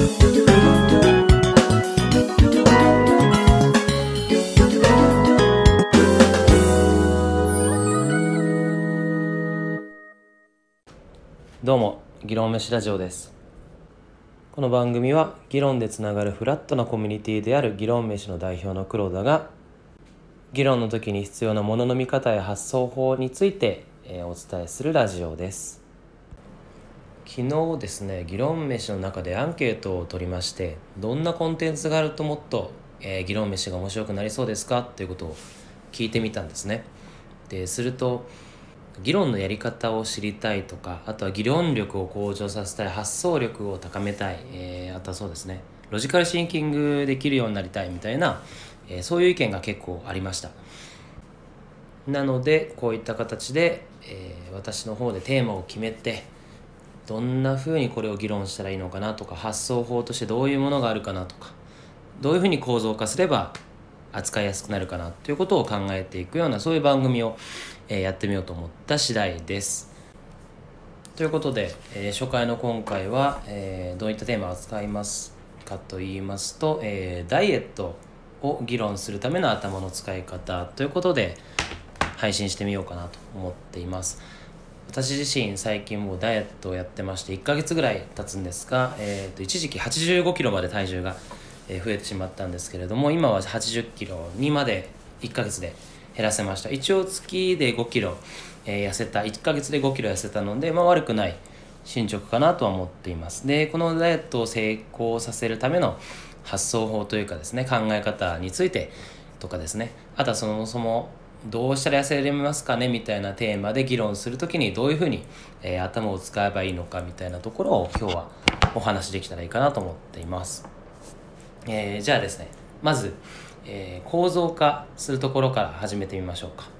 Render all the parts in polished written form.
どうも、議論飯ラジオです。この番組は議論でつながるフラットなコミュニティである議論飯の代表の黒田が議論の時に必要なものの見方や発想法についてお伝えするラジオです。昨日ですね、議論飯の中でアンケートを取りまして、どんなコンテンツがあるともっと議論飯が面白くなりそうですかということを聞いてみたんですね。ですると議論のやり方を知りたいとか、あとは議論力を向上させたい、発想力を高めたい、あとはそうですね、ロジカルシンキングできるようになりたいみたいな、そういう意見が結構ありました。なのでこういった形で、私の方でテーマを決めて、どんな風にこれを議論したらいいのかなとか、発想法としてどういうものがあるかなとか、どういう風に構造化すれば扱いやすくなるかなということを考えていくような、そういう番組をやってみようと思った次第です。ということで、初回の今回は、どういったテーマを扱いますかと言いますと、ダイエットを議論するための頭の使い方ということで配信してみようかなと思っています。私自身最近もうダイエットをやってまして1ヶ月ぐらい経つんですが、一時期85キロまで体重が増えてしまったんですけれども、今は80キロにまで1ヶ月で減らせました。一応月で5キロ、痩せた、1ヶ月で5キロ痩せたので、悪くない進捗かなとは思っています。で、このダイエットを成功させるための発想法というかですね、考え方についてとかですね、あとはそもそもどうしたら痩せれますかねみたいなテーマで議論するときにどういうふうに、頭を使えばいいのかみたいなところを今日はお話しできたらいいかなと思っています。じゃあですね、まず、構造化するところから始めてみましょうか。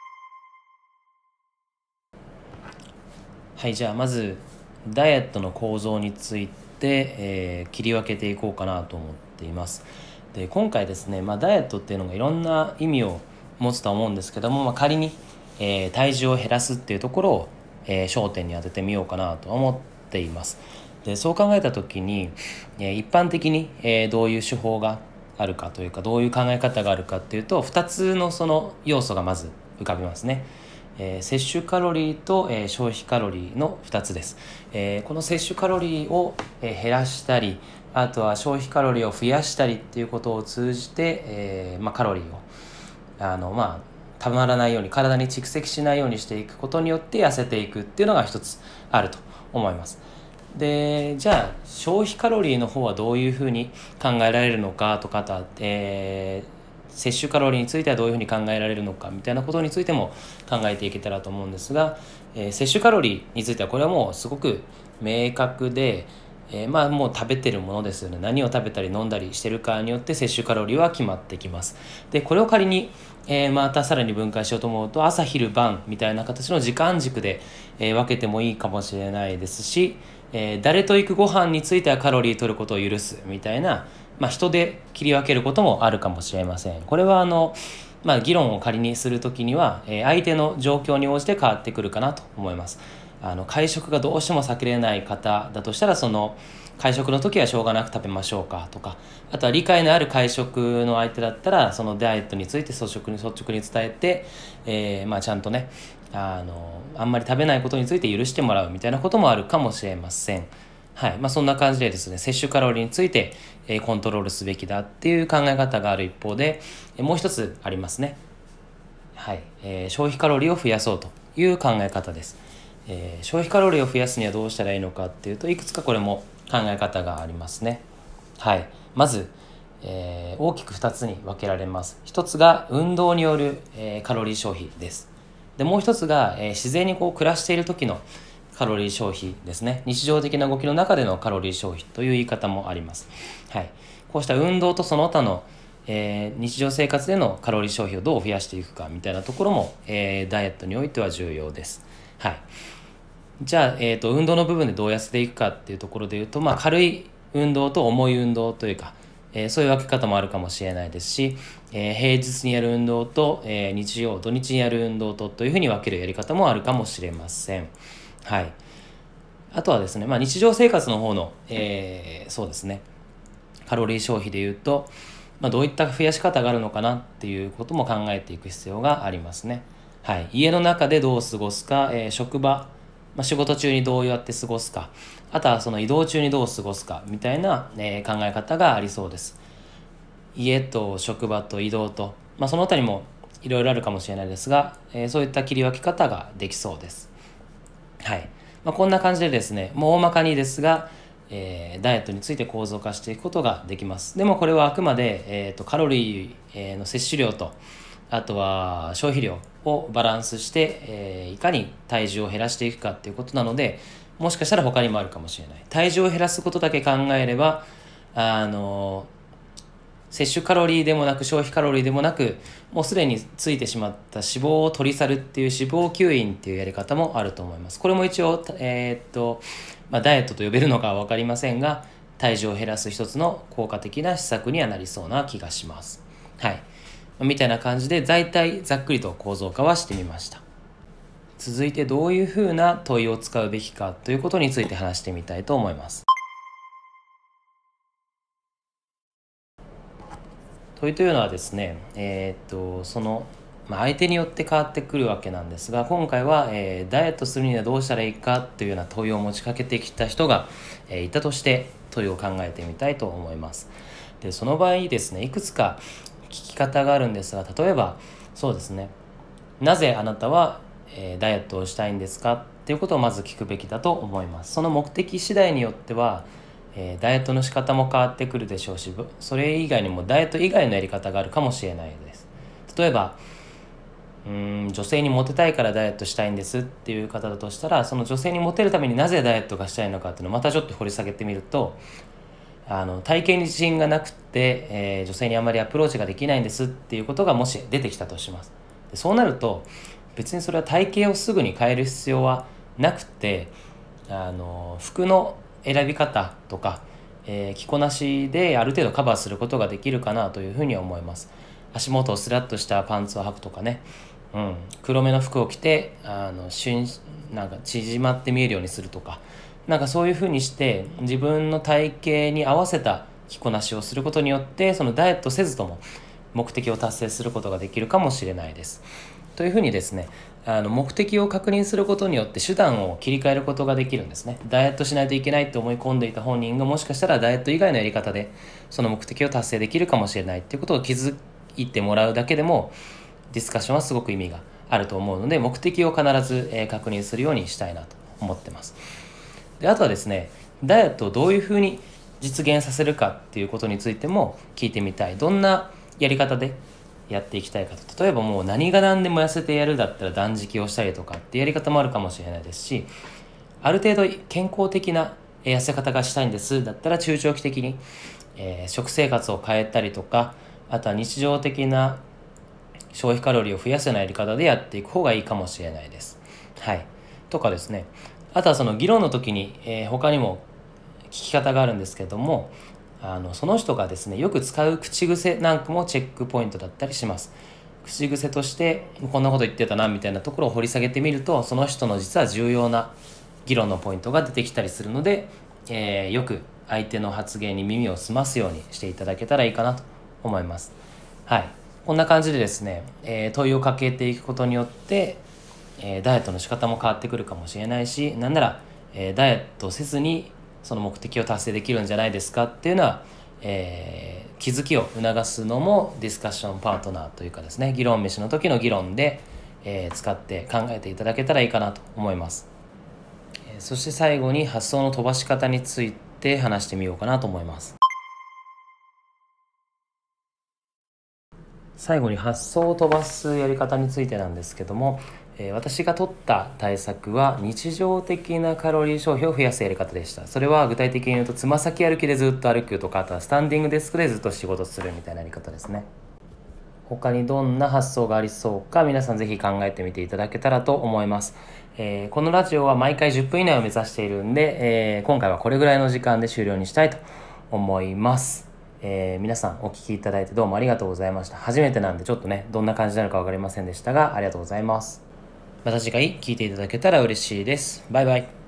はい、じゃあまずダイエットの構造について、切り分けていこうかなと思っています。で、今回ですね、ダイエットっていうのがいろんな意味を持つと思うんですけども、仮に、体重を減らすっていうところを、焦点に当ててみようかなと思っています。で、そう考えた時に、一般的に、どういう手法があるかというか、どういう考え方があるかっていうと、2つのその要素がまず浮かびますね。摂取カロリーと、消費カロリーの2つです。この摂取カロリーを、減らしたり、あとは消費カロリーを増やしたりっていうことを通じて、カロリーをたまらないように、体に蓄積しないようにしていくことによって痩せていくっていうのが一つあると思います。で、じゃあ消費カロリーの方はどういうふうに考えられるのかとか、摂取カロリーについてはどういうふうに考えられるのかみたいなことについても考えていけたらと思うんですが、摂取カロリーについてはこれはもうすごく明確で、もう食べてるものですよね。何を食べたり飲んだりしてるかによって摂取カロリーは決まってきます。で、これを仮に、またさらに分解しようと思うと、朝昼晩みたいな形の時間軸で、分けてもいいかもしれないですし、誰と行くご飯についてはカロリー取ることを許すみたいな、人で切り分けることもあるかもしれません。これは議論を仮にするときには、相手の状況に応じて変わってくるかなと思います。会食がどうしても避けれない方だとしたら、その会食の時はしょうがなく食べましょうかとか、あとは理解のある会食の相手だったら、そのダイエットについて率直に伝えて、ちゃんとね、あんまり食べないことについて許してもらうみたいなこともあるかもしれません。はい。そんな感じでですね、摂取カロリーについて、コントロールすべきだっていう考え方がある一方で、もう一つありますね。はい。消費カロリーを増やそうという考え方です。消費カロリーを増やすにはどうしたらいいのかっていうと、いくつかこれも考え方がありますね。はい。まず、大きく2つに分けられます。一つが運動による、カロリー消費です。で、もう一つが、自然に暮らしている時のカロリー消費ですね。日常的な動きの中でのカロリー消費という言い方もあります。はい。こうした運動とその他の、日常生活でのカロリー消費をどう増やしていくかみたいなところも、ダイエットにおいては重要です。はい。じゃあ、運動の部分でどう痩せていくかっていうところでいうと、軽い運動と重い運動というか、そういう分け方もあるかもしれないですし、平日にやる運動と、土日にやる運動というふうに分けるやり方もあるかもしれません。はい。 あとはですね、日常生活の方の、そうですね、カロリー消費でいうと、どういった増やし方があるのかなっていうことも考えていく必要がありますね。はい、家の中でどう過ごすか、職場、仕事中にどうやって過ごすか、あとはその移動中にどう過ごすかみたいな、考え方がありそうです。家と職場と移動と、その他にもいろいろあるかもしれないですが、そういった切り分け方ができそうです。はい。こんな感じでですね、もう大まかにですが、ダイエットについて構造化していくことができます。でもこれはあくまで、カロリーの摂取量と、あとは消費量をバランスして、いかに体重を減らしていくかっていうことなので、もしかしたら他にもあるかもしれない。体重を減らすことだけ考えれば、摂取カロリーでもなく消費カロリーでもなく、もうすでについてしまった脂肪を取り去るっていう脂肪吸引っていうやり方もあると思います。これも一応、ダイエットと呼べるのかは分かりませんが、体重を減らす一つの効果的な施策にはなりそうな気がします。はい。みたいな感じで大体ざっくりと構造化はしてみました。続いてどういうふうな問いを使うべきかということについて話してみたいと思います。問いというのはですね、その、相手によって変わってくるわけなんですが、今回は、ダイエットするにはどうしたらいいかというような問いを持ちかけてきた人が、いたとして問いを考えてみたいと思います。で、その場合ですね、いくつか聞き方があるんですが、例えばそうですね、なぜあなたは、ダイエットをしたいんですかっていうことをまず聞くべきだと思います。その目的次第によってはダイエットの仕方も変わってくるでしょうし、それ以外にもダイエット以外のやり方があるかもしれないです。例えば女性にモテたいからダイエットしたいんですっていう方だとしたら、その女性にモテるためになぜダイエットがしたいのかっていうのをまたちょっと掘り下げてみると、体型に自信がなくて、女性にあまりアプローチができないんですっていうことがもし出てきたとします。でそうなると別にそれは体型をすぐに変える必要はなくて、服の選び方とか、着こなしである程度カバーすることができるかなというふうに思います。足元をスラッとしたパンツを履くとかね、黒めの服を着てなんか縮まって見えるようにするとか、なんかそういうふうにして自分の体型に合わせた着こなしをすることによって、そのダイエットせずとも目的を達成することができるかもしれないです。というふうにですね、目的を確認することによって手段を切り替えることができるんですね。ダイエットしないといけないと思い込んでいた本人が、もしかしたらダイエット以外のやり方でその目的を達成できるかもしれないっていうことを気づいてもらうだけでも、ディスカッションはすごく意味があると思うので、目的を必ず確認するようにしたいなと思ってます。で、あとはですね、ダイエットをどういうふうに実現させるかっていうことについても聞いてみたい。どんなやり方でやっていきたいかと。例えばもう何が何でも痩せてやるだったら断食をしたりとかっていうやり方もあるかもしれないですし、ある程度健康的な痩せ方がしたいんですだったら中長期的に、食生活を変えたりとか、あとは日常的な消費カロリーを増やすようなやり方でやっていく方がいいかもしれないです。はい。とかですね、あとはその議論の時に、他にも聞き方があるんですけども、その人がですねよく使う口癖なんかもチェックポイントだったりします。口癖としてこんなこと言ってたなみたいなところを掘り下げてみると、その人の実は重要な議論のポイントが出てきたりするので、よく相手の発言に耳を澄ますようにしていただけたらいいかなと思います。はい、こんな感じでですね、問いをかけていくことによって、ダイエットの仕方も変わってくるかもしれないし、なんなら、ダイエットせずにその目的を達成できるんじゃないですかっていうのは、気づきを促すのもディスカッションパートナーというかですね、議論飯の時の議論で、使って考えていただけたらいいかなと思います。そして最後に発想の飛ばし方について話してみようかなと思います。最後に発想を飛ばすやり方についてなんですけども、私が取った対策は日常的なカロリー消費を増やすやり方でした。それは具体的に言うと、つま先歩きでずっと歩くとか、あとはスタンディングデスクでずっと仕事するみたいなやり方ですね。他にどんな発想がありそうか、皆さんぜひ考えてみていただけたらと思います。このラジオは毎回10分以内を目指しているんで、今回はこれぐらいの時間で終了にしたいと思います。皆さんお聞きいただいてどうもありがとうございました。初めてなんでちょっとね、どんな感じなのか分かりませんでしたが、ありがとうございます。また次回聞いていただけたら嬉しいです。バイバイ。